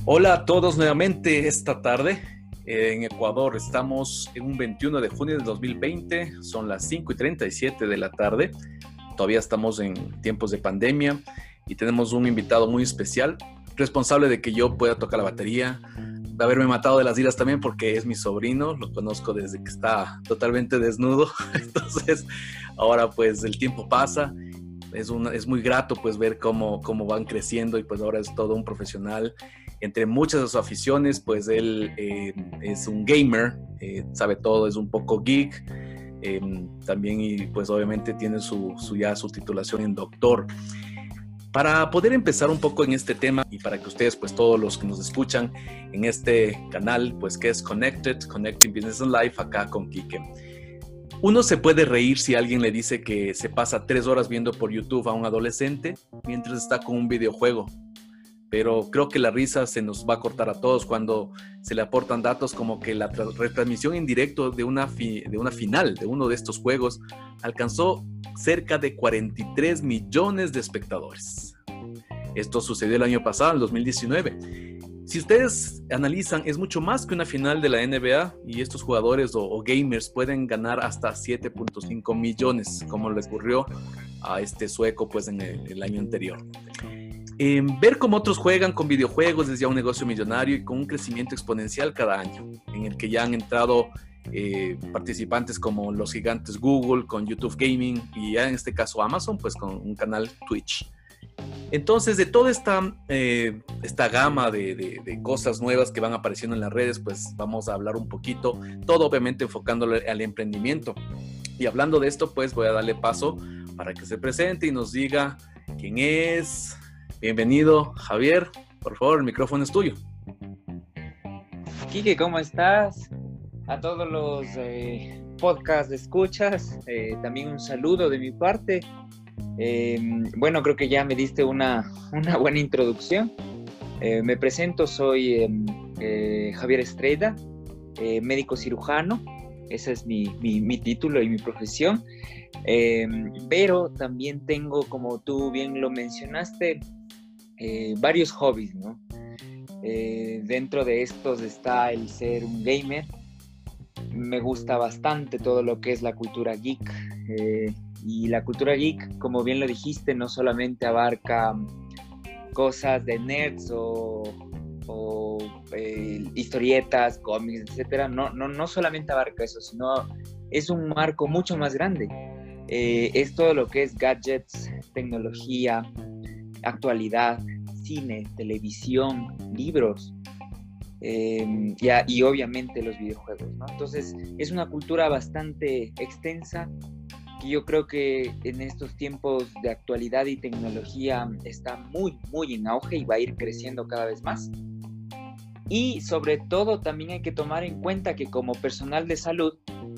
Hola a todos nuevamente esta tarde. En Ecuador estamos en un 21 de junio de 2020, son las 5:37 de la tarde. Todavía estamos en tiempos de pandemia y tenemos un invitado muy especial, responsable de que yo pueda tocar la batería, de haberme matado de las iras también porque es mi sobrino, lo conozco desde que está totalmente desnudo. Entonces ahora pues el tiempo pasa. Es muy grato pues ver cómo van creciendo y pues ahora es todo un profesional. Entre muchas de sus aficiones, pues él es un gamer, sabe todo, es un poco geek, también y pues obviamente tiene su titulación en doctor. Para poder empezar un poco en este tema y para que ustedes, pues todos los que nos escuchan en este canal, pues que es Connecting Business and Life, acá con Quique. Uno se puede reír si alguien le dice que se pasa 3 horas viendo por YouTube a un adolescente mientras está con un videojuego. Pero creo que la risa se nos va a cortar a todos cuando se le aportan datos como que la retransmisión en directo de una final de uno de estos juegos alcanzó cerca de 43 millones de espectadores. Esto sucedió el año pasado, en 2019. Si ustedes analizan, es mucho más que una final de la NBA y estos jugadores o gamers pueden ganar hasta 7.5 millones, como le ocurrió a este sueco pues en el año anterior. Ver cómo otros juegan con videojuegos es ya un negocio millonario y con un crecimiento exponencial cada año, en el que ya han entrado participantes como los gigantes Google con YouTube Gaming y ya en este caso Amazon pues con un canal Twitch. Entonces, de toda esta gama de cosas nuevas que van apareciendo en las redes, pues vamos a hablar un poquito, todo obviamente enfocándolo al emprendimiento. Y hablando de esto, pues voy a darle paso para que se presente y nos diga quién es. Bienvenido, Javier. Por favor, el micrófono es tuyo. Quique, ¿cómo estás? A todos los podcast escuchas, también un saludo de mi parte. Bueno, creo que ya me diste una buena introducción. Me presento, soy Javier Estrella, médico cirujano. Ese es mi título y mi profesión. Pero también tengo, como tú bien lo mencionaste, varios hobbies, ¿no? Dentro de estos está el ser un gamer. Me gusta bastante todo lo que es la cultura geek. Y la cultura geek, como bien lo dijiste, no solamente abarca cosas de nerds o historietas, cómics, etcétera. No solamente abarca eso, sino es un marco mucho más grande. Es todo lo que es gadgets, tecnología, actualidad, cine, televisión, libros, y obviamente los videojuegos, ¿no? Entonces es una cultura bastante extensa que yo creo que en estos tiempos de actualidad y tecnología está muy, muy en auge y va a ir creciendo cada vez más. Y sobre todo también hay que tomar en cuenta que como personal de salud,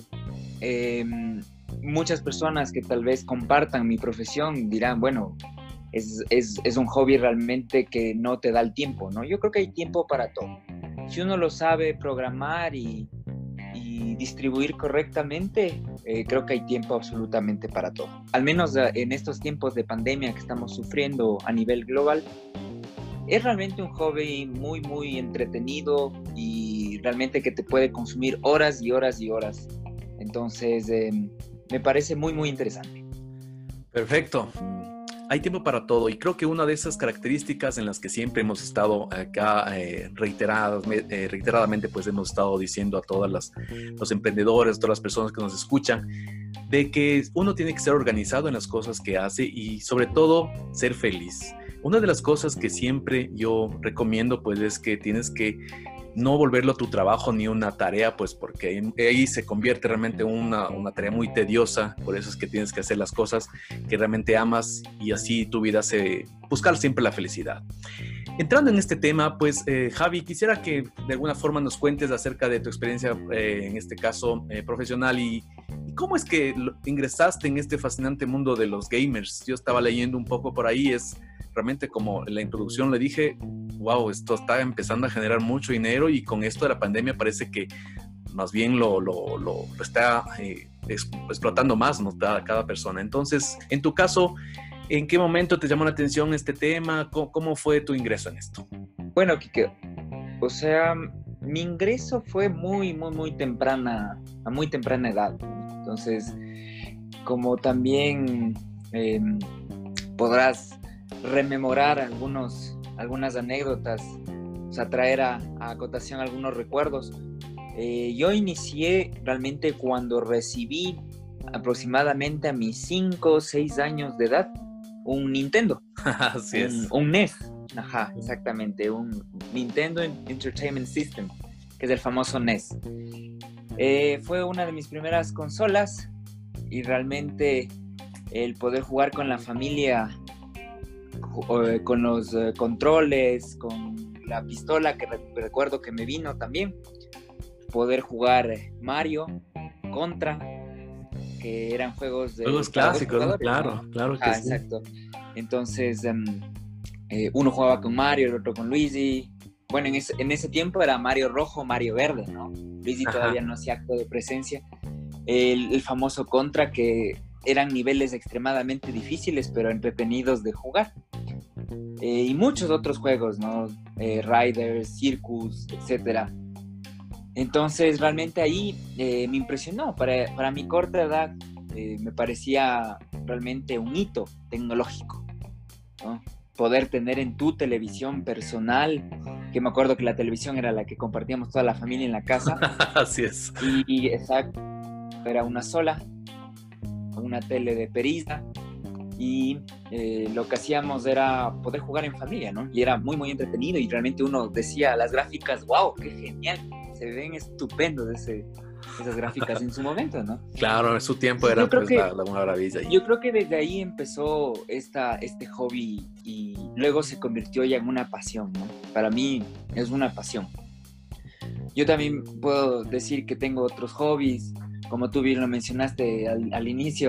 muchas personas que tal vez compartan mi profesión dirán, bueno, es un hobby realmente que no te da el tiempo, ¿no? Yo creo que hay tiempo para todo. Si uno lo sabe programar y distribuir correctamente, creo que hay tiempo absolutamente para todo. Al menos en estos tiempos de pandemia que estamos sufriendo a nivel global, es realmente un hobby muy, muy entretenido y realmente que te puede consumir horas y horas y horas. Entonces, me parece muy, muy interesante. Perfecto. Hay tiempo para todo y creo que una de esas características en las que siempre hemos estado acá reiteradamente pues hemos estado diciendo a todos los emprendedores, a todas las personas que nos escuchan, de que uno tiene que ser organizado en las cosas que hace y sobre todo ser feliz. Una de las cosas que siempre yo recomiendo pues es que tienes que no volverlo tu trabajo ni una tarea, pues porque ahí se convierte realmente en una tarea muy tediosa. Por eso es que tienes que hacer las cosas que realmente amas y así tu vida buscar siempre la felicidad. Entrando en este tema, pues Javi, quisiera que de alguna forma nos cuentes acerca de tu experiencia, en este caso profesional y cómo es que ingresaste en este fascinante mundo de los gamers. Yo estaba leyendo un poco por ahí, es realmente como en la introducción le dije, wow, esto está empezando a generar mucho dinero y con esto de la pandemia parece que más bien lo está explotando más, ¿no? Cada persona. Entonces, en tu caso, ¿en qué momento te llamó la atención este tema? ¿Cómo fue tu ingreso en esto? Bueno, Kike, O sea, mi ingreso fue muy temprana, a muy temprana edad. Entonces, como también podrás rememorar algunas anécdotas, o sea, traer a acotación algunos recuerdos. Yo inicié realmente cuando recibí aproximadamente a mis 5 o 6 años de edad un Nintendo. Así es. Un NES. Ajá, exactamente, un Nintendo Entertainment System, que es el famoso NES. Fue una de mis primeras consolas y realmente el poder jugar con la familia, con los controles, con la pistola que recuerdo que me vino también, poder jugar Mario, Contra, que eran juegos clásicos, ¿no? Claro que sí. Exacto. Entonces, uno jugaba con Mario, el otro con Luigi. Bueno, en ese tiempo era Mario rojo, Mario verde, ¿no? Luigi todavía no hacía acto de presencia. El famoso Contra, que eran niveles extremadamente difíciles, pero entretenidos de jugar. Y muchos otros juegos, ¿no? Riders, Circus, etcétera. Entonces, realmente ahí me impresionó. Para mi corta edad, me parecía realmente un hito tecnológico, ¿no? Poder tener en tu televisión personal, que me acuerdo que la televisión era la que compartíamos toda la familia en la casa. Así es. Y exacto, era una sola, una tele de perilla, y lo que hacíamos era poder jugar en familia, ¿no? Y era muy entretenido, y realmente uno decía, las gráficas, wow, qué genial, se ven estupendos esas gráficas en su momento, ¿no? Claro, en su tiempo era pues la maravilla. Yo creo que desde ahí empezó este hobby y luego se convirtió ya en una pasión, ¿no? Para mí es una pasión. Yo también puedo decir que tengo otros hobbies, como tú bien lo mencionaste al inicio.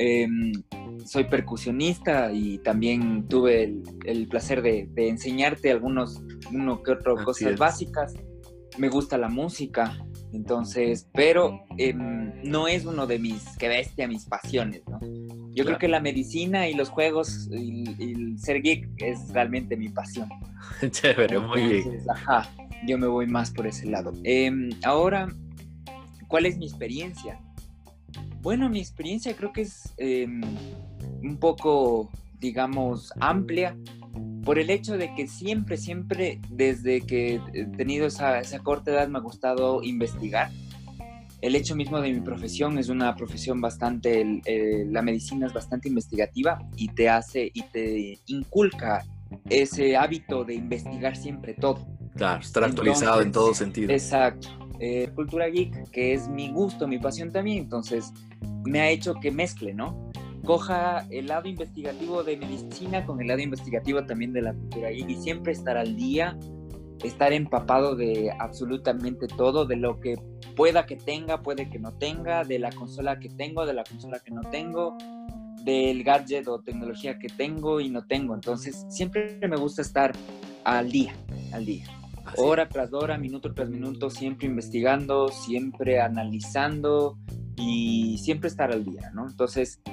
Soy percusionista y también tuve el placer de enseñarte uno que otro cosas básicas. Me gusta la música, entonces, pero no es uno de mis pasiones, ¿no? Yo creo que la medicina y los juegos y el ser geek es realmente mi pasión. Chévere, muy bien. Ajá, yo me voy más por ese lado. Ahora, ¿cuál es mi experiencia? Bueno, mi experiencia creo que es un poco, digamos, amplia, por el hecho de que siempre, desde que he tenido esa corta edad, me ha gustado investigar. El hecho mismo de mi profesión es una profesión bastante, la medicina es bastante investigativa y te inculca ese hábito de investigar siempre todo. Claro, estar actualizado en todo sentido. Exacto. Cultura geek, que es mi gusto, mi pasión también, entonces me ha hecho que mezcle, ¿no? Coja el lado investigativo de medicina con el lado investigativo también de la cultura geek y siempre estar al día, estar empapado de absolutamente todo, de lo que pueda que tenga, puede que no tenga, de la consola que tengo, de la consola que no tengo, del gadget o tecnología que tengo y no tengo. Entonces siempre me gusta estar al día. Hora tras hora, minuto tras minuto, siempre investigando, siempre analizando y siempre estar al día, ¿no? Entonces,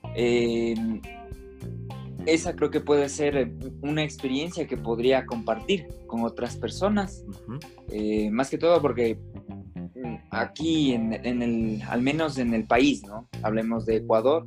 esa creo que puede ser una experiencia que podría compartir con otras personas, más que todo porque aquí, al menos en el país, ¿no? Hablemos de Ecuador,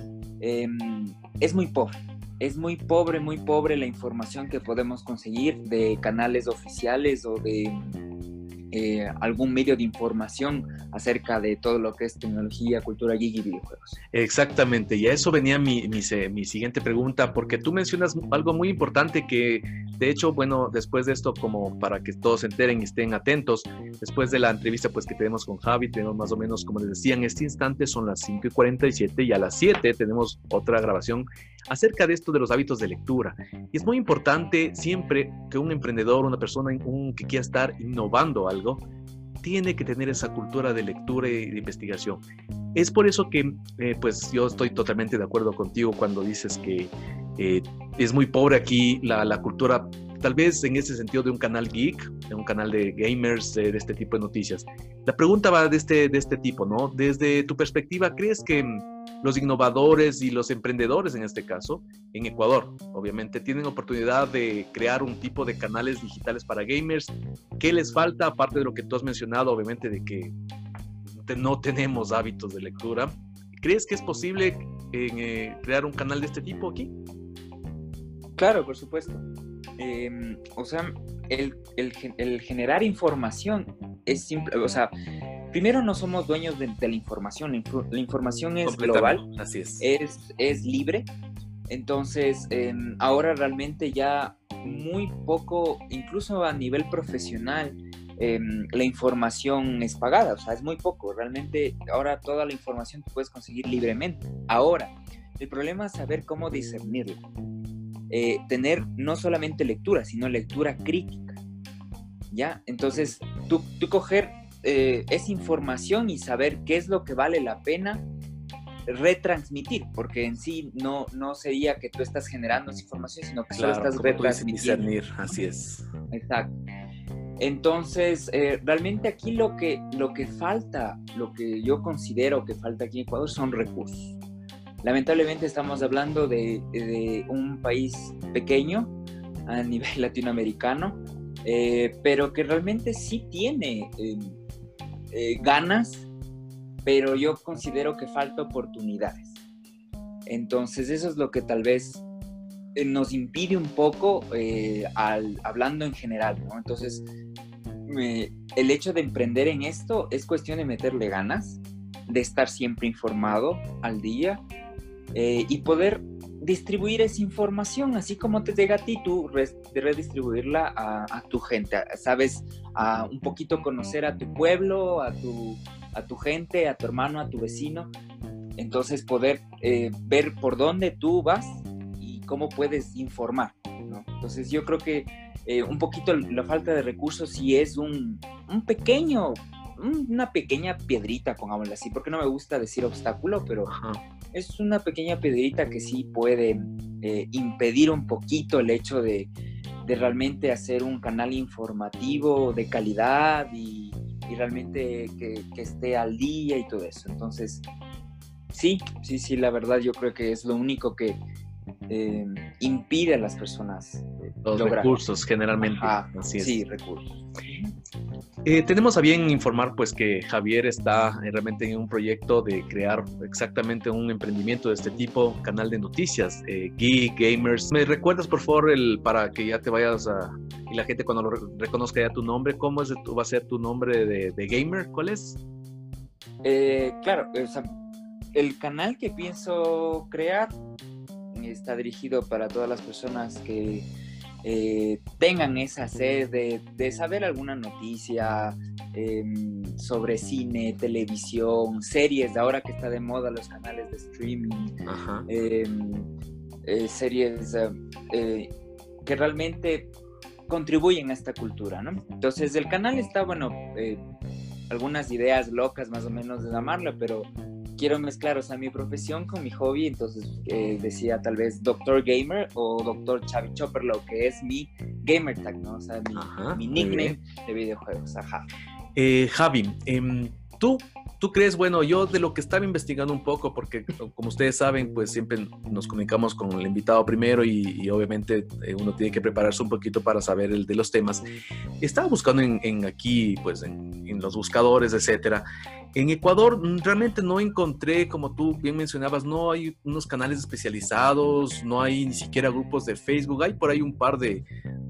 es muy pobre. Es muy pobre la información que podemos conseguir de canales oficiales o de algún medio de información acerca de todo lo que es tecnología, cultura geek y videojuegos. Exactamente, y a eso venía mi siguiente pregunta, porque tú mencionas algo muy importante que, de hecho, bueno, después de esto, como para que todos se enteren y estén atentos, después de la entrevista pues que tenemos con Javi, tenemos más o menos, como les decía, en este instante son las 5:47 y a las 7 tenemos otra grabación acerca de esto de los hábitos de lectura. Y es muy importante siempre que un emprendedor, una persona que quiera estar innovando algo, tiene que tener esa cultura de lectura y de investigación. Es por eso que pues yo estoy totalmente de acuerdo contigo cuando dices que es muy pobre aquí la cultura, tal vez en ese sentido de un canal geek, de un canal de gamers, de este tipo de noticias. La pregunta va de este tipo, ¿no? Desde tu perspectiva, ¿crees que los innovadores y los emprendedores, en este caso, en Ecuador, obviamente, tienen oportunidad de crear un tipo de canales digitales para gamers. ¿Qué les falta, aparte de lo que tú has mencionado, obviamente, de que no tenemos hábitos de lectura? ¿Crees que es posible crear un canal de este tipo aquí? Claro, por supuesto. O sea, el generar información es simple. O sea, primero no somos dueños de la información. La información es global, así es. Es libre. Entonces, ahora realmente ya muy poco, incluso a nivel profesional, la información es pagada. O sea, es muy poco. Realmente ahora toda la información tú puedes conseguir libremente. Ahora, el problema es saber cómo discernirla. Tener no solamente lectura, sino lectura crítica, ¿ya? Entonces, tú coger esa información y saber qué es lo que vale la pena retransmitir, porque en sí no sería que tú estás generando esa información, sino que claro, solo estás retransmitiendo. Discernir, así es. Exacto. Entonces, realmente aquí lo que falta, lo que yo considero que falta aquí en Ecuador son recursos. Lamentablemente estamos hablando de un país pequeño a nivel latinoamericano, pero que realmente sí tiene ganas, pero yo considero que falta oportunidades. Entonces eso es lo que tal vez nos impide un poco hablando en general, ¿no? Entonces el hecho de emprender en esto es cuestión de meterle ganas, de estar siempre informado al día, y poder distribuir esa información, así como te llega a ti, tú redistribuirla a tu gente, sabes, a un poquito conocer a tu pueblo, a tu gente, a tu hermano, a tu vecino. Entonces poder ver por dónde tú vas y cómo puedes informar, ¿no? Entonces yo creo que un poquito la falta de recursos sí es una pequeña piedrita, pongámosla así, porque no me gusta decir obstáculo, pero es una pequeña piedrita que sí puede impedir un poquito el hecho de realmente hacer un canal informativo de calidad y realmente que esté al día y todo eso. Entonces, sí, la verdad yo creo que es lo único que impide a las personas los lograr. Recursos, generalmente. Así es. Sí, recursos. Tenemos a bien informar pues que Javier está realmente en un proyecto de crear exactamente un emprendimiento de este tipo, canal de noticias, Geek, Gamers. ¿Me recuerdas por favor para que ya te vayas y la gente cuando reconozca ya tu nombre, cómo va a ser tu nombre de gamer? ¿Cuál es? Claro, o sea, el canal que pienso crear está dirigido para todas las personas que tengan esa sed de saber alguna noticia sobre cine, televisión, series, ahora que está de moda los canales de streaming, series que realmente contribuyen a esta cultura, ¿no? Entonces el canal está, algunas ideas locas más o menos de llamarlo, pero quiero mezclar, o sea, mi profesión con mi hobby. Entonces decía tal vez Dr. Gamer o Dr. Chavi Chopperlo, que es mi gamer tag, ¿no? O sea, mi nickname de videojuegos. Javi, ¿tú crees? Bueno, yo de lo que estaba investigando un poco, porque como ustedes saben, pues siempre nos comunicamos con el invitado primero y obviamente uno tiene que prepararse un poquito para saber de los temas. Estaba buscando aquí, pues en los buscadores, etcétera. En Ecuador realmente no encontré, como tú bien mencionabas, no hay unos canales especializados, no hay ni siquiera grupos de Facebook. Hay por ahí un par de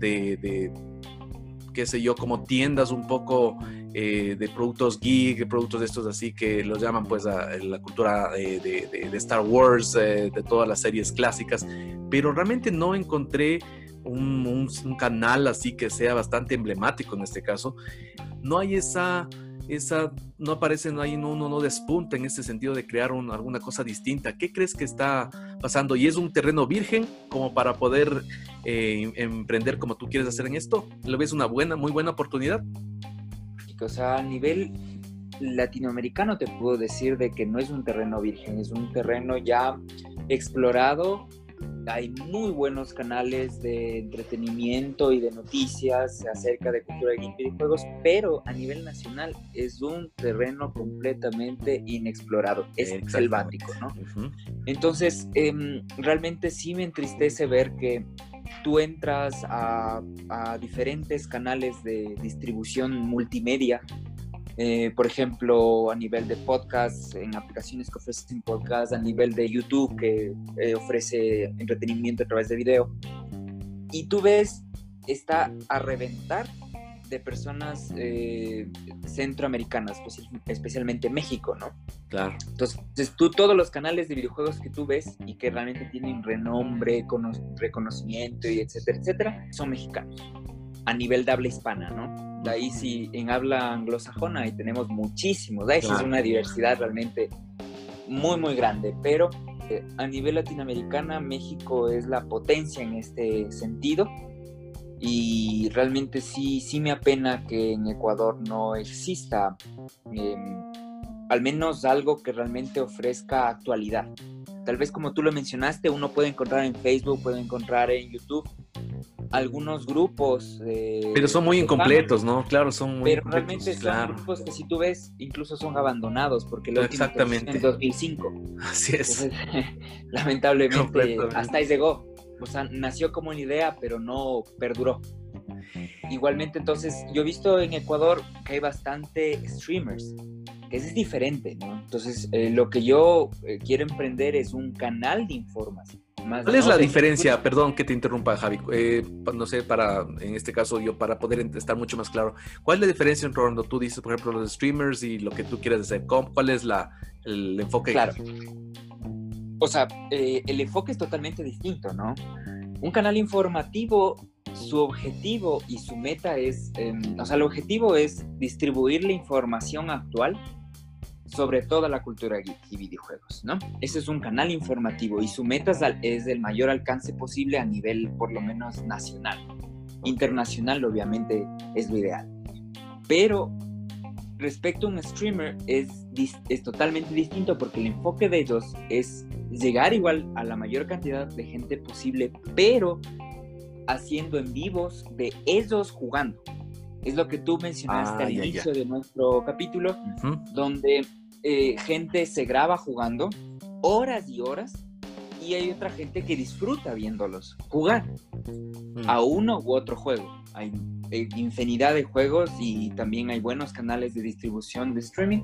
qué sé yo, como tiendas un poco de productos geek, de productos de estos así que los llaman pues a la cultura de Star Wars, de todas las series clásicas, pero realmente no encontré un canal así que sea bastante emblemático en este caso. No hay no aparece, uno no despunta en ese sentido de crear alguna cosa distinta. ¿Qué crees que está pasando? ¿Y es un terreno virgen como para poder emprender como tú quieres hacer en esto? ¿Lo ves una muy buena oportunidad? O sea, a nivel latinoamericano te puedo decir de que no es un terreno virgen, es un terreno ya explorado hay muy buenos canales de entretenimiento y de noticias acerca de cultura geek y videojuegos, pero a nivel nacional es un terreno completamente inexplorado, es selvático, ¿no? Uh-huh. Entonces, realmente sí me entristece ver que tú entras a diferentes canales de distribución multimedia, por ejemplo, a nivel de podcast, en aplicaciones que ofrecen podcast, a nivel de YouTube que ofrece entretenimiento a través de video, y tú ves, está a reventar de personas centroamericanas, pues, especialmente México, ¿no? Claro. Entonces, tú todos los canales de videojuegos que tú ves y que realmente tienen renombre, reconocimiento y etcétera, etcétera, son mexicanos, a nivel de habla hispana, ¿no? De ahí sí, en habla anglosajona, ahí tenemos muchísimos, de ahí claro. Es una diversidad realmente muy, muy grande, pero a nivel latinoamericana, México es la potencia en este sentido, y realmente sí me apena que en Ecuador no exista al menos algo que realmente ofrezca actualidad. Tal vez, como tú lo mencionaste, uno puede encontrar en Facebook, puede encontrar en YouTube algunos grupos. Pero son muy incompletos, ¿no? Claro, son muy incompletos. Pero realmente claro. Son grupos que, si tú ves, incluso son abandonados, porque lo último exactamente. En 2005. Así es. Entonces, lamentablemente, hasta ahí llegó. O sea, nació como una idea, pero no perduró. Igualmente, entonces, yo he visto en Ecuador que hay bastante streamers, que es diferente, ¿no? Entonces, lo que yo quiero emprender es un canal de información. ¿Cuál es la diferencia? Perdón que te interrumpa, Javi. No sé, en este caso, para poder estar mucho más claro, ¿cuál es la diferencia entre cuando tú dices, por ejemplo, los streamers y lo que tú quieres hacer? ¿Cuál es el enfoque? Claro. O sea, el enfoque es totalmente distinto, ¿no? Un canal informativo, su objetivo y su meta es, el objetivo es distribuir la información actual sobre toda la cultura geek y videojuegos, ¿no? Ese es un canal informativo y su meta es el mayor alcance posible a nivel, por lo menos, nacional. Internacional, obviamente, es lo ideal. Pero respecto a un streamer es totalmente distinto, porque el enfoque de ellos es llegar igual a la mayor cantidad de gente posible, pero haciendo en vivos de ellos jugando. Es lo que tú mencionaste al inicio de nuestro capítulo, donde gente se graba jugando horas y horas, y hay otra gente que disfruta viéndolos jugar a uno u otro juego. Hay infinidad de juegos y también hay buenos canales de distribución de streaming,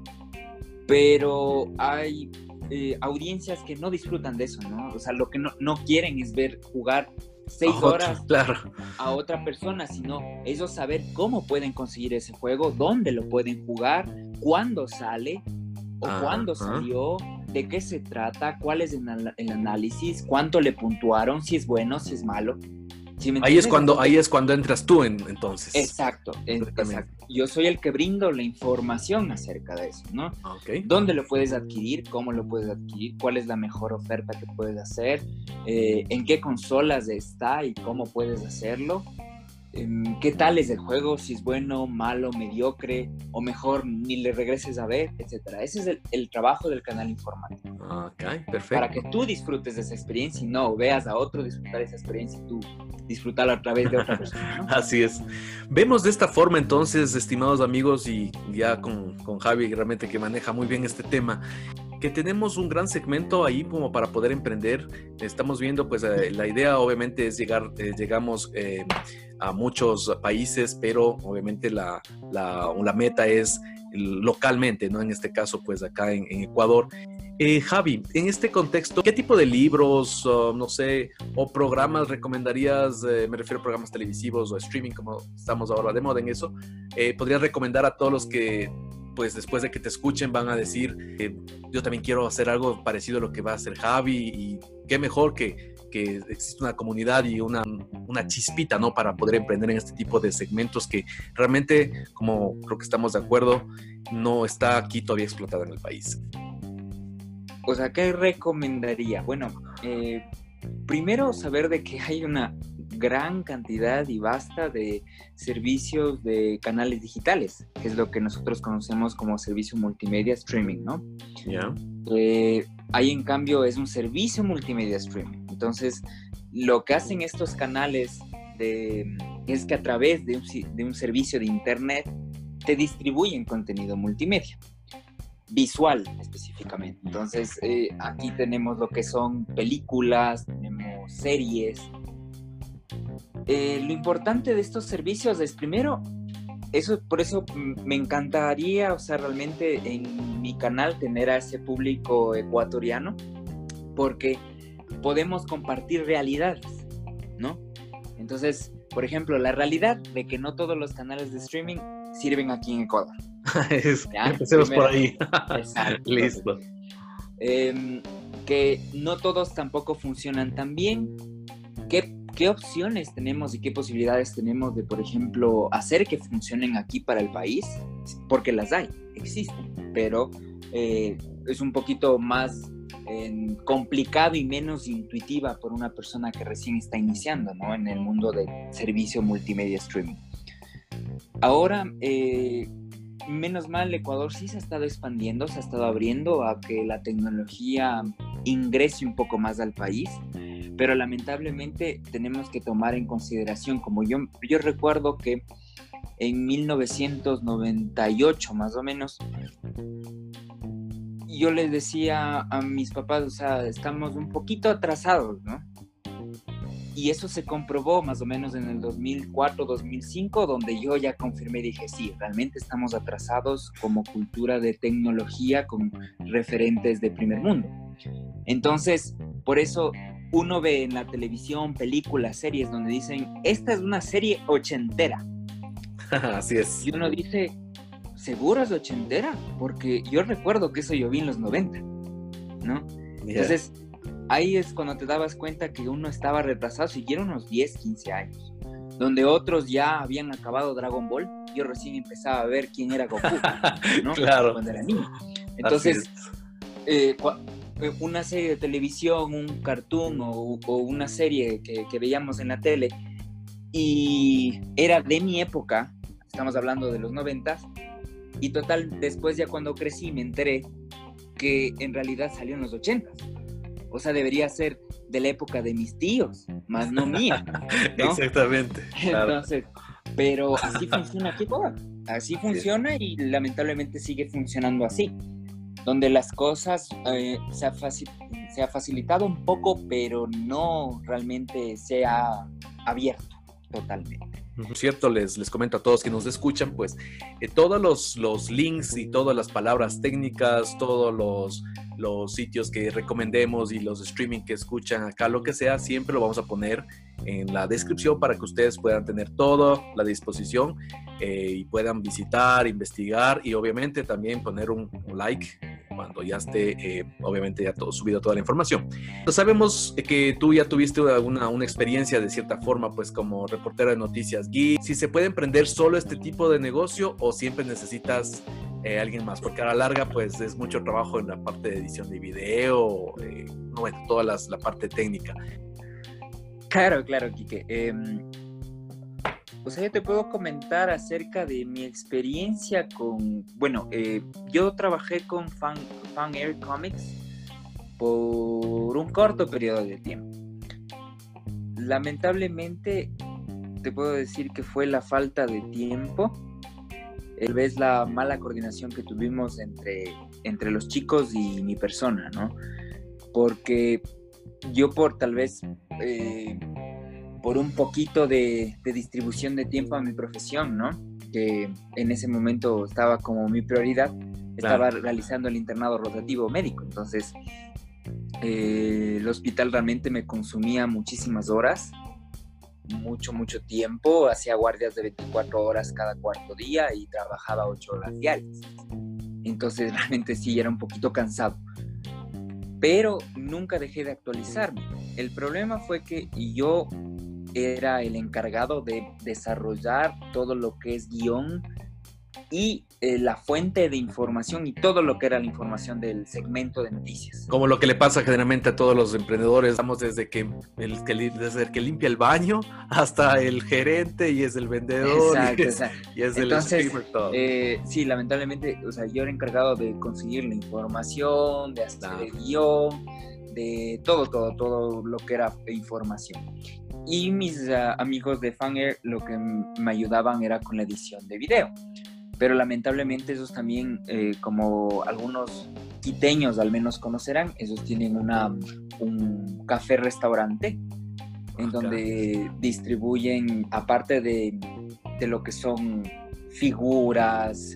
pero hay audiencias que no disfrutan de eso, ¿no? O sea, lo que no quieren es ver jugar 6 horas a otra persona, sino ellos saber cómo pueden conseguir ese juego, dónde lo pueden jugar, cuándo sale o cuándo salió, de qué se trata, cuál es el análisis, cuánto le puntuaron, si es bueno, si es malo. ¿Sí me entiendes? Ahí es cuando entras tú entonces. Exacto. Yo soy el que brindo la información acerca de eso, ¿no? Okay. ¿Dónde lo puedes adquirir? ¿Cómo lo puedes adquirir? ¿Cuál es la mejor oferta que puedes hacer? ¿En qué consolas está y cómo puedes hacerlo? ¿Qué tal es el juego? Si es bueno, malo, mediocre, o mejor ni le regreses a ver, etcétera. Ese es el trabajo del canal informativo. Ok, perfecto. Para que tú disfrutes de esa experiencia y no veas a otro disfrutar esa experiencia y tú disfrutarlo a través de otra persona, ¿no? Así es. Vemos de esta forma entonces, estimados amigos, y ya con Javi realmente, que maneja muy bien este tema, que tenemos un gran segmento ahí como para poder emprender. Estamos viendo, pues la idea obviamente es llegamos a muchos países, pero obviamente la meta es localmente, ¿no? En este caso, pues acá en Ecuador. Javi, en este contexto, ¿qué tipo de libros, no sé, o programas recomendarías? Me refiero a programas televisivos o streaming, como estamos ahora de moda en eso. ¿Podrías recomendar a todos los que, pues después de que te escuchen, van a decir, yo también quiero hacer algo parecido a lo que va a hacer Javi, y qué mejor que existe una comunidad y una chispita, ¿no? Para poder emprender en este tipo de segmentos que realmente, como creo que estamos de acuerdo, no está aquí todavía explotada en el país. O sea, ¿qué recomendaría? Bueno, primero saber de que hay una gran cantidad y vasta de servicios de canales digitales, que es lo que nosotros conocemos como servicio multimedia streaming, ¿no? Ya. Ahí en cambio es un servicio multimedia streaming. Entonces, lo que hacen estos canales es que a través de un servicio de internet te distribuyen contenido multimedia, visual específicamente. Entonces, aquí tenemos lo que son películas, tenemos series. Lo importante de estos servicios es, primero, por eso me encantaría, o sea, realmente en mi canal tener a ese público ecuatoriano, porque podemos compartir realidades, ¿no? Entonces, por ejemplo, la realidad de que no todos los canales de streaming sirven aquí en Ecuador. Empecemos por ahí. Exacto. Listo. Que no todos tampoco funcionan tan bien. ¿Qué opciones tenemos y qué posibilidades tenemos de, por ejemplo, hacer que funcionen aquí para el país? Porque las hay, existen, pero es un poquito más complicado y menos intuitiva por una persona que recién está iniciando, ¿no? En el mundo del servicio multimedia streaming. Ahora, menos mal, Ecuador sí se ha estado expandiendo, se ha estado abriendo a que la tecnología ingrese un poco más al país, pero lamentablemente tenemos que tomar en consideración, como yo recuerdo que en 1998 más o menos, yo les decía a mis papás, o sea, estamos un poquito atrasados, ¿no? Y eso se comprobó más o menos en el 2004, 2005, donde yo ya confirmé y dije, sí, realmente estamos atrasados como cultura de tecnología con referentes de primer mundo. Entonces, por eso uno ve en la televisión películas, series, donde dicen, esta es una serie ochentera. Así es. Y uno dice, ¿seguro es ochentera? Porque yo recuerdo que eso yo vi en los 90, ¿no? Yeah. Entonces, ahí es cuando te dabas cuenta que uno estaba retrasado, siguieron unos 10, 15 años, donde otros ya habían acabado Dragon Ball. Yo recién empezaba a ver quién era Goku, ¿no? Claro. Cuando era niño. Entonces, una serie de televisión, un cartoon o una serie que veíamos en la tele, y era de mi época, estamos hablando de los 90s, y total, después ya cuando crecí me enteré que en realidad salió en los 80s. O sea, debería ser de la época de mis tíos, más no mía, ¿no? Exactamente. Claro. Entonces, pero así funciona aquí todo. Así funciona y lamentablemente sigue funcionando así. Donde las cosas se ha facilitado un poco, pero no realmente se ha abierto totalmente. Cierto, les comento a todos que nos escuchan, pues todos los links y todas las palabras técnicas, todos los sitios que recomendemos y los streaming que escuchan acá, lo que sea, siempre lo vamos a poner en la descripción para que ustedes puedan tener todo a la disposición y puedan visitar, investigar y obviamente también poner un like cuando ya esté, obviamente, ya todo subido toda la información. Entonces, sabemos que tú ya tuviste una experiencia de cierta forma, pues como reportero de Noticias Geek. Si se puede emprender solo este tipo de negocio o siempre necesitas alguien más, porque a la larga, pues es mucho trabajo en la parte de edición de video, bueno, toda la parte técnica. Claro, Quique. O sea, yo te puedo comentar acerca de mi experiencia con... Bueno, yo trabajé con Fan Air Comics por un corto periodo de tiempo. Lamentablemente, te puedo decir que fue la falta de tiempo, tal vez la mala coordinación que tuvimos entre los chicos y mi persona, ¿no? Porque yo por tal vez... por un poquito de distribución de tiempo a mi profesión, ¿no? Que en ese momento estaba como mi prioridad, estaba realizando el internado rotativo médico, entonces el hospital realmente me consumía muchísimas horas, mucho tiempo, hacía guardias de 24 horas cada cuarto día y trabajaba 8 horas diarias, entonces realmente sí era un poquito cansado. Pero nunca dejé de actualizarme. El problema fue que yo era el encargado de desarrollar todo lo que es guión y la fuente de información y todo lo que era la información del segmento de noticias. Como lo que le pasa generalmente a todos los emprendedores, vamos desde desde el que limpia el baño hasta el gerente y es el vendedor. Exacto. Y es Entonces, el streamer, todo. Sí, lamentablemente, o sea, yo era encargado de conseguir la información, de hacer el guión, de todo lo que era información. Y mis amigos de Fanair lo que me ayudaban era con la edición de video. Pero lamentablemente esos también, como algunos quiteños al menos conocerán, esos tienen un café-restaurante en donde distribuyen, aparte de lo que son figuras,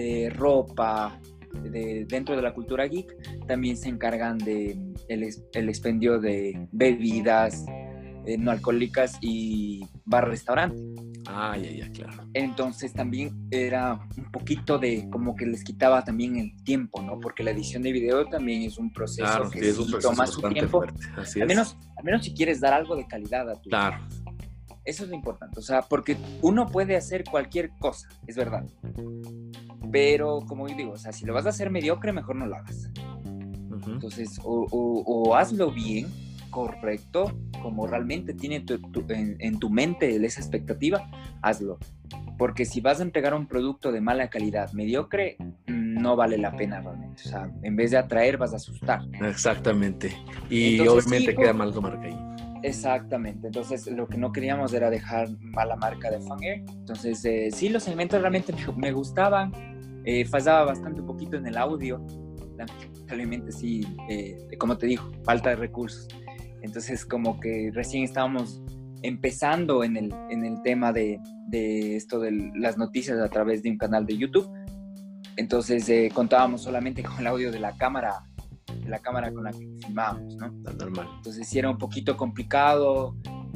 ropa, dentro de la cultura geek, también se encargan de el expendio de bebidas no alcohólicas y bar-restaurante. Ya, claro. Entonces también era un poquito de como que les quitaba también el tiempo, ¿no? Porque la edición de video también es un proceso que es un proceso toma su tiempo. Así al menos si quieres dar algo de calidad a tu... Claro. Eso es lo importante, o sea, porque uno puede hacer cualquier cosa, es verdad. Pero, como yo digo, o sea, si lo vas a hacer mediocre, mejor no lo hagas. Uh-huh. Entonces, o hazlo bien, correcto, como realmente tiene en tu mente esa expectativa, hazlo. Porque si vas a entregar un producto de mala calidad, mediocre, no vale la pena realmente. O sea, en vez de atraer, vas a asustar. Exactamente. Y entonces, obviamente queda mal tu marca ahí. Exactamente. Entonces, lo que no queríamos era dejar mala marca de Fanair. Entonces, sí, los segmentos realmente me gustaban. Fallaba bastante un poquito en el audio. Lamentablemente, sí, como te digo, falta de recursos. Entonces, como que recién estábamos empezando en el tema de esto de las noticias a través de un canal de YouTube. Entonces, contábamos solamente con el audio de la cámara con la que filmábamos, ¿no? Normal. Entonces, sí era un poquito complicado.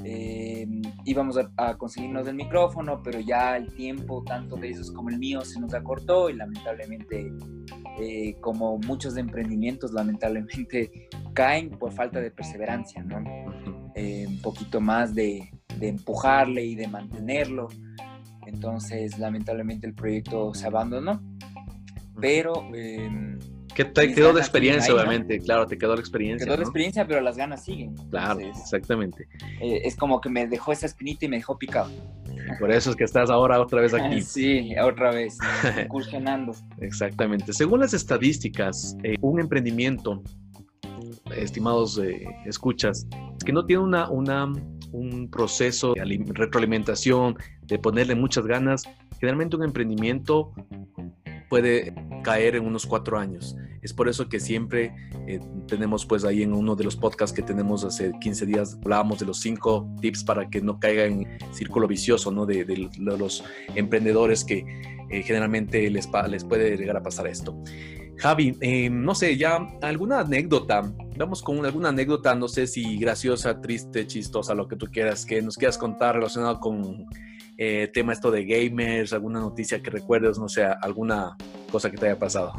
Íbamos a conseguirnos el micrófono, pero ya el tiempo, tanto de esos como el mío, se nos acortó y lamentablemente, como muchos emprendimientos, lamentablemente caen por falta de perseverancia, ¿no? Un poquito más de empujarle y de mantenerlo. Entonces, lamentablemente el proyecto se abandonó, pero... que te quedó de experiencia, obviamente, ¿no? Claro, te quedó la experiencia. Quedó la experiencia, pero las ganas siguen. Claro, entonces, exactamente. Es como que me dejó esa espinita y me dejó picado. Por eso es que estás ahora otra vez aquí. Sí, otra vez, incursionando. Exactamente. Según las estadísticas, un emprendimiento, estimados escuchas, que no tiene un proceso de retroalimentación, de ponerle muchas ganas, generalmente un emprendimiento puede caer en unos 4 años. Es por eso que siempre tenemos pues ahí en uno de los podcasts que tenemos hace 15 días, hablábamos de los 5 tips para que no caiga en círculo vicioso, ¿no? de los emprendedores que generalmente les puede llegar a pasar esto. Javi, no sé, ya alguna anécdota, vamos con alguna anécdota, no sé si graciosa, triste, chistosa, lo que tú quieras, que nos quieras contar relacionado con tema esto de gamers, alguna noticia que recuerdes, no sé, alguna cosa que te haya pasado.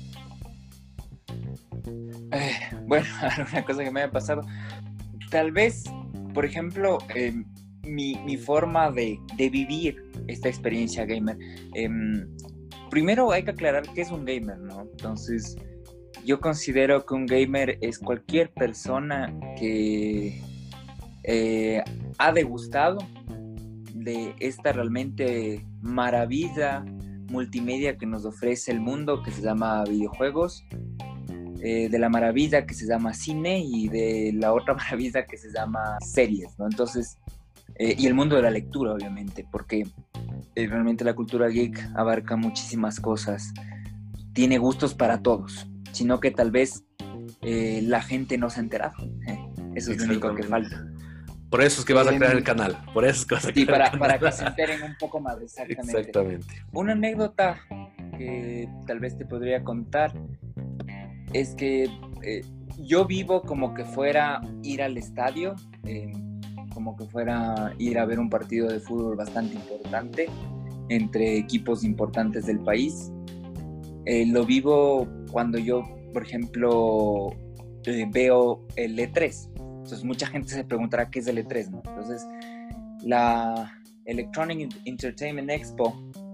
Bueno, alguna cosa que me haya pasado. Tal vez, por ejemplo, mi forma de vivir esta experiencia gamer. Primero hay que aclarar qué es un gamer, ¿no? Entonces, yo considero que un gamer es cualquier persona que ha degustado de esta realmente maravilla multimedia que nos ofrece el mundo, que se llama videojuegos, de la maravilla que se llama cine y de la otra maravilla que se llama series, ¿no? Entonces, y el mundo de la lectura, obviamente, porque realmente la cultura geek abarca muchísimas cosas, tiene gustos para todos, sino que tal vez la gente no se ha enterado. Eso es lo único que falta. Por eso es que vas a crear el canal. Por eso es que vas a crear el canal. Para que se enteren un poco más, exactamente. Una anécdota que tal vez te podría contar es que yo vivo como que fuera ir al estadio, como que fuera ir a ver un partido de fútbol bastante importante entre equipos importantes del país. Lo vivo cuando yo, por ejemplo, veo el E3. Entonces mucha gente se preguntará qué es el E3, ¿no? Entonces la Electronic Entertainment Expo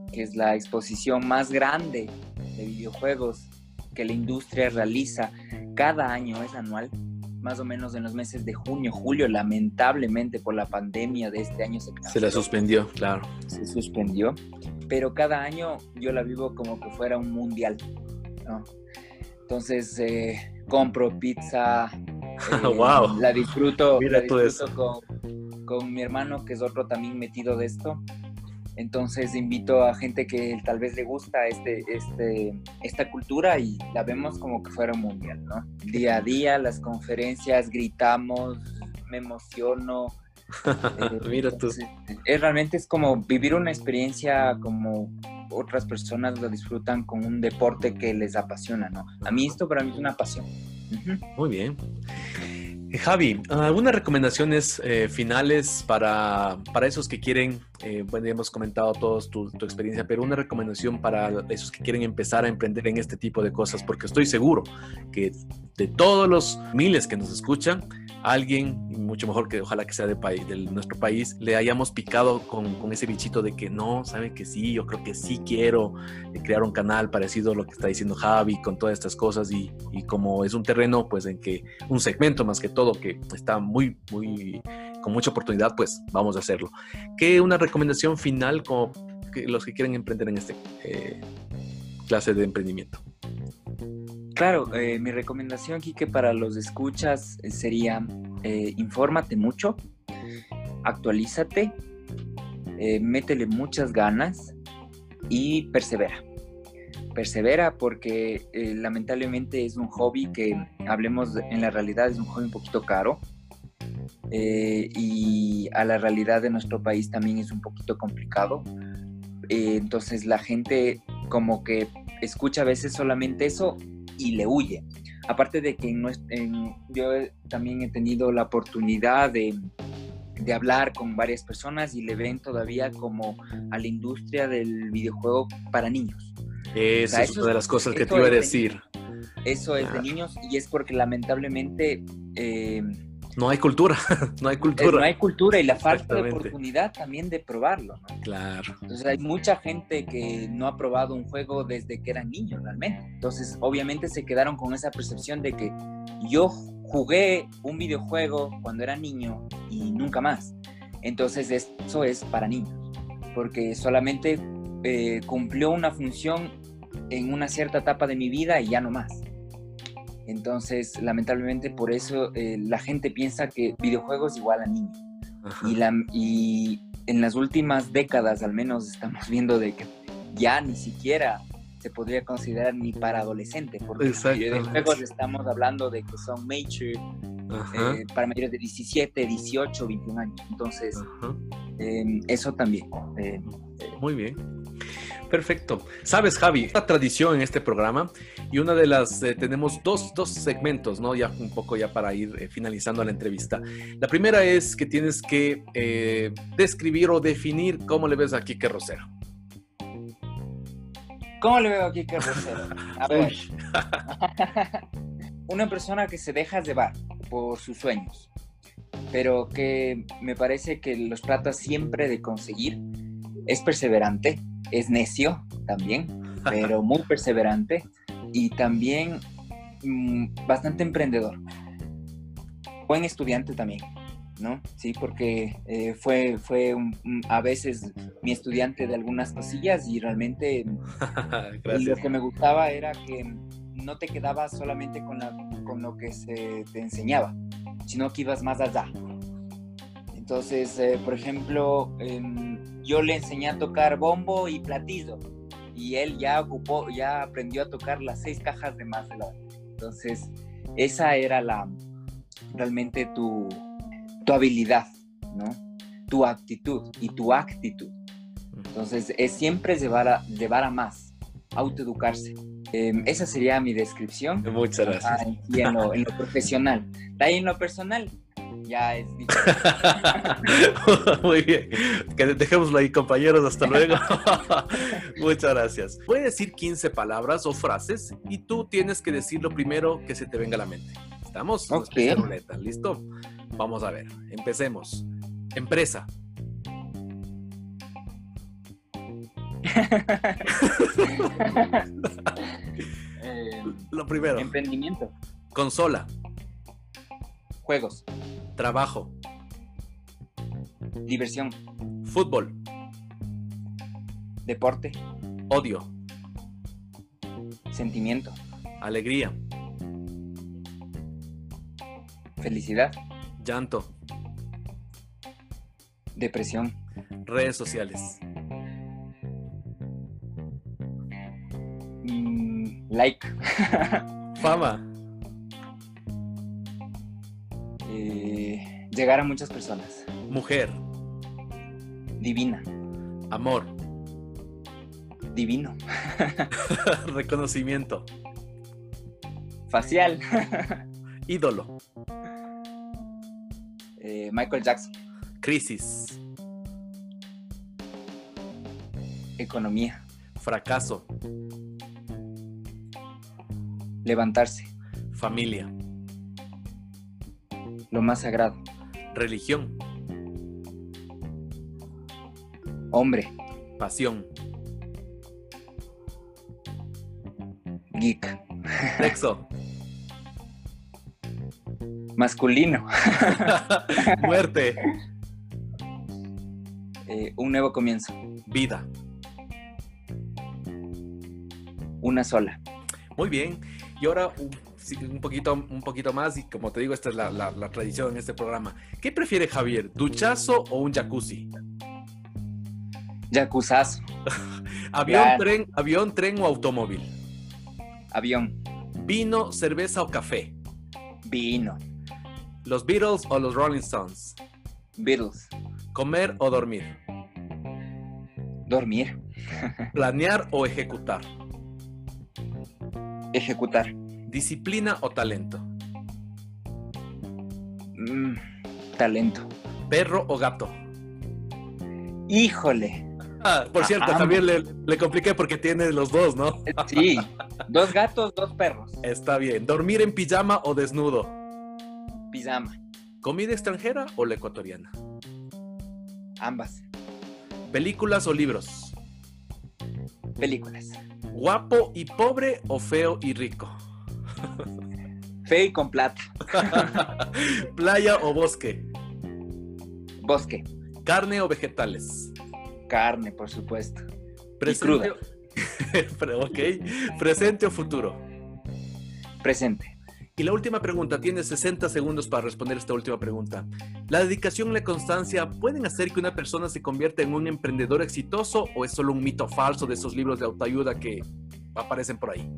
que es la exposición más grande de videojuegos que la industria realiza cada año, es anual, más o menos en los meses de junio, julio. Lamentablemente por la pandemia de este año se la suspendió, claro. Se suspendió, pero cada año yo la vivo como que fuera un mundial, ¿no? Entonces compro pizza, wow. la disfruto, Mira todo eso. con mi hermano, que es otro también metido de esto. Entonces invito a gente que tal vez le gusta esta cultura y la vemos como que fuera un mundial, ¿no? Día a día, las conferencias, gritamos, me emociono. Mira tú. Realmente es como vivir una experiencia como otras personas lo disfrutan con un deporte que les apasiona, ¿no? A mí esto para mí es una pasión. Uh-huh. Muy bien. Javi, ¿algunas recomendaciones finales para esos que quieren, bueno, ya hemos comentado todos tu experiencia, pero una recomendación para esos que quieren empezar a emprender en este tipo de cosas? Porque estoy seguro que de todos los miles que nos escuchan, alguien, mucho mejor que ojalá que sea de nuestro país, le hayamos picado con ese bichito de que no, saben que sí, yo creo que sí quiero crear un canal parecido a lo que está diciendo Javi, con todas estas cosas, y como es un terreno, pues en que un segmento más que todo que está muy con mucha oportunidad, pues vamos a hacerlo. ¿Qué una recomendación final como que los que quieren emprender en este clase de emprendimiento? Claro, mi recomendación aquí que para los escuchas sería infórmate mucho, actualízate, métele muchas ganas y persevera. Persevera porque lamentablemente es un hobby que, hablemos en la realidad, es un hobby un poquito caro, y a la realidad de nuestro país también es un poquito complicado. Entonces la gente como que escucha a veces solamente eso y le huye. Aparte de que yo también he tenido la oportunidad de hablar con varias personas y le ven todavía como a la industria del videojuego para niños. Eso es una de las cosas que te iba a decir. Eso es de niños, y es porque lamentablemente no hay cultura, no hay cultura y la falta de oportunidad también de probarlo, ¿no? Claro. Entonces hay mucha gente que no ha probado un juego desde que eran niños realmente. Entonces obviamente se quedaron con esa percepción de que yo jugué un videojuego cuando era niño y nunca más. Entonces eso es para niños, porque solamente cumplió una función en una cierta etapa de mi vida y ya no más. Entonces, lamentablemente por eso la gente piensa que videojuegos igual a niño. Y en las últimas décadas al menos estamos viendo de que ya ni siquiera se podría considerar ni para adolescente, porque videojuegos estamos hablando de que son mature, para mayores de 17, 18, 21 años. Entonces, eso también. Muy bien. Perfecto. Sabes, Javi, una tradición en este programa, y una de las, tenemos dos segmentos, ¿no? Ya un poco ya para ir finalizando la entrevista. La primera es que tienes que describir o definir cómo le ves a Kike Rosero. ¿Cómo le veo a Kike Rosero? A ver. Una persona que se deja llevar por sus sueños, pero que me parece que los trata siempre de conseguir. Es perseverante, es necio también, pero muy perseverante, y también bastante emprendedor. Buen estudiante también, ¿no? Sí, porque fue a veces mi estudiante de algunas cosillas, y realmente lo que me gustaba era que no te quedabas solamente con lo que se te enseñaba, sino que ibas más allá. Entonces, por ejemplo, yo le enseñé a tocar bombo y platillo, y él ya aprendió a tocar las 6 cajas de más de la... Entonces, esa era realmente tu habilidad, ¿no? Tu actitud y tu actitud. Entonces, es siempre llevar a más, autoeducarse. Esa sería mi descripción. Muchas gracias. Y en lo profesional. De ahí en lo personal, ya es diferente. Muy bien. Que dejémoslo ahí, compañeros. Hasta luego. Muchas gracias. Puedes decir 15 palabras o frases y tú tienes que decir lo primero que se te venga a la mente. ¿Estamos? Ok. Ruleta. ¿Listo? Vamos a ver. Empecemos. Empresa. Lo primero. Emprendimiento. Consola. Juegos. Trabajo. Diversión. Fútbol. Deporte. Odio. Sentimiento. Alegría. Felicidad. Llanto. Depresión. Redes sociales. Like. Fama. Llegar a muchas personas. Mujer. Divina. Amor. Divino. Reconocimiento. Facial. Ídolo. Michael Jackson. Crisis. Economía. Fracaso. Levantarse. Familia. Lo más sagrado. Religión. Hombre. Pasión. Geek. Sexo. Masculino. Muerte. Un nuevo comienzo. Vida. Una sola. Muy bien. Y ahora un poquito más, y como te digo, esta es la tradición en este programa. ¿Qué prefiere Javier? ¿Duchazo o un jacuzzi? Jacuzzazo. Avión, tren o automóvil. Avión. Vino, cerveza o café. Vino. Los Beatles o los Rolling Stones. Beatles. Comer o dormir. Dormir. Planear o ejecutar. Ejecutar. Disciplina o talento. Talento. Perro o gato. Híjole. Por cierto, Javier, le compliqué porque tiene los dos, ¿no? Sí. 2 gatos, 2 perros. Está bien. ¿Dormir en pijama o desnudo? Pijama. ¿Comida extranjera o la ecuatoriana? Ambas. ¿Películas o libros? Películas. ¿Guapo y pobre o feo y rico? Feo y con plata. ¿Playa o bosque? Bosque. ¿Carne o vegetales? Carne, por supuesto. ¿Presente? Ok. ¿Presente o futuro? Presente. Y la última pregunta, tienes 60 segundos para responder esta última pregunta. ¿La dedicación y la constancia pueden hacer que una persona se convierta en un emprendedor exitoso o es solo un mito falso de esos libros de autoayuda que aparecen por ahí?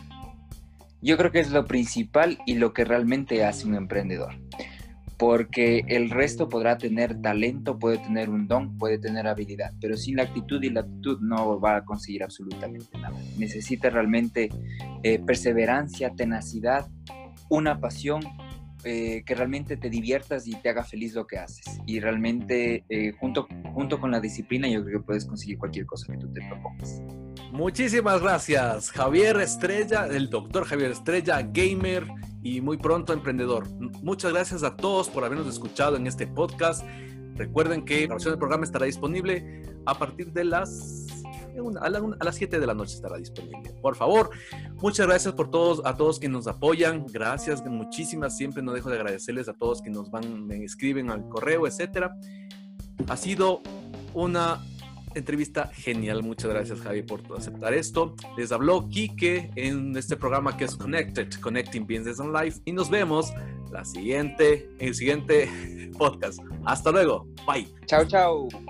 Yo creo que es lo principal y lo que realmente hace un emprendedor. Porque el resto podrá tener talento, puede tener un don, puede tener habilidad, pero sin la actitud y la aptitud no va a conseguir absolutamente nada. Necesita realmente perseverancia, tenacidad, una pasión, que realmente te diviertas y te haga feliz lo que haces. Y realmente, junto con la disciplina, yo creo que puedes conseguir cualquier cosa que tú te propongas. Muchísimas gracias, Javier Estrella, el doctor Javier Estrella, gamer y muy pronto emprendedor. Muchas gracias a todos por habernos escuchado en este podcast. Recuerden que la grabación del programa estará disponible a partir de a las 7 de la noche estará disponible. Por favor, muchas gracias a todos que nos apoyan. Gracias, muchísimas. Siempre no dejo de agradecerles a todos que me escriben al correo, etcétera. Ha sido una entrevista genial. Muchas gracias, Javi, por aceptar esto. Les habló Quique en este programa que es Connecting Business and Life, y nos vemos en el siguiente podcast. Hasta luego. Bye. Chao, chao.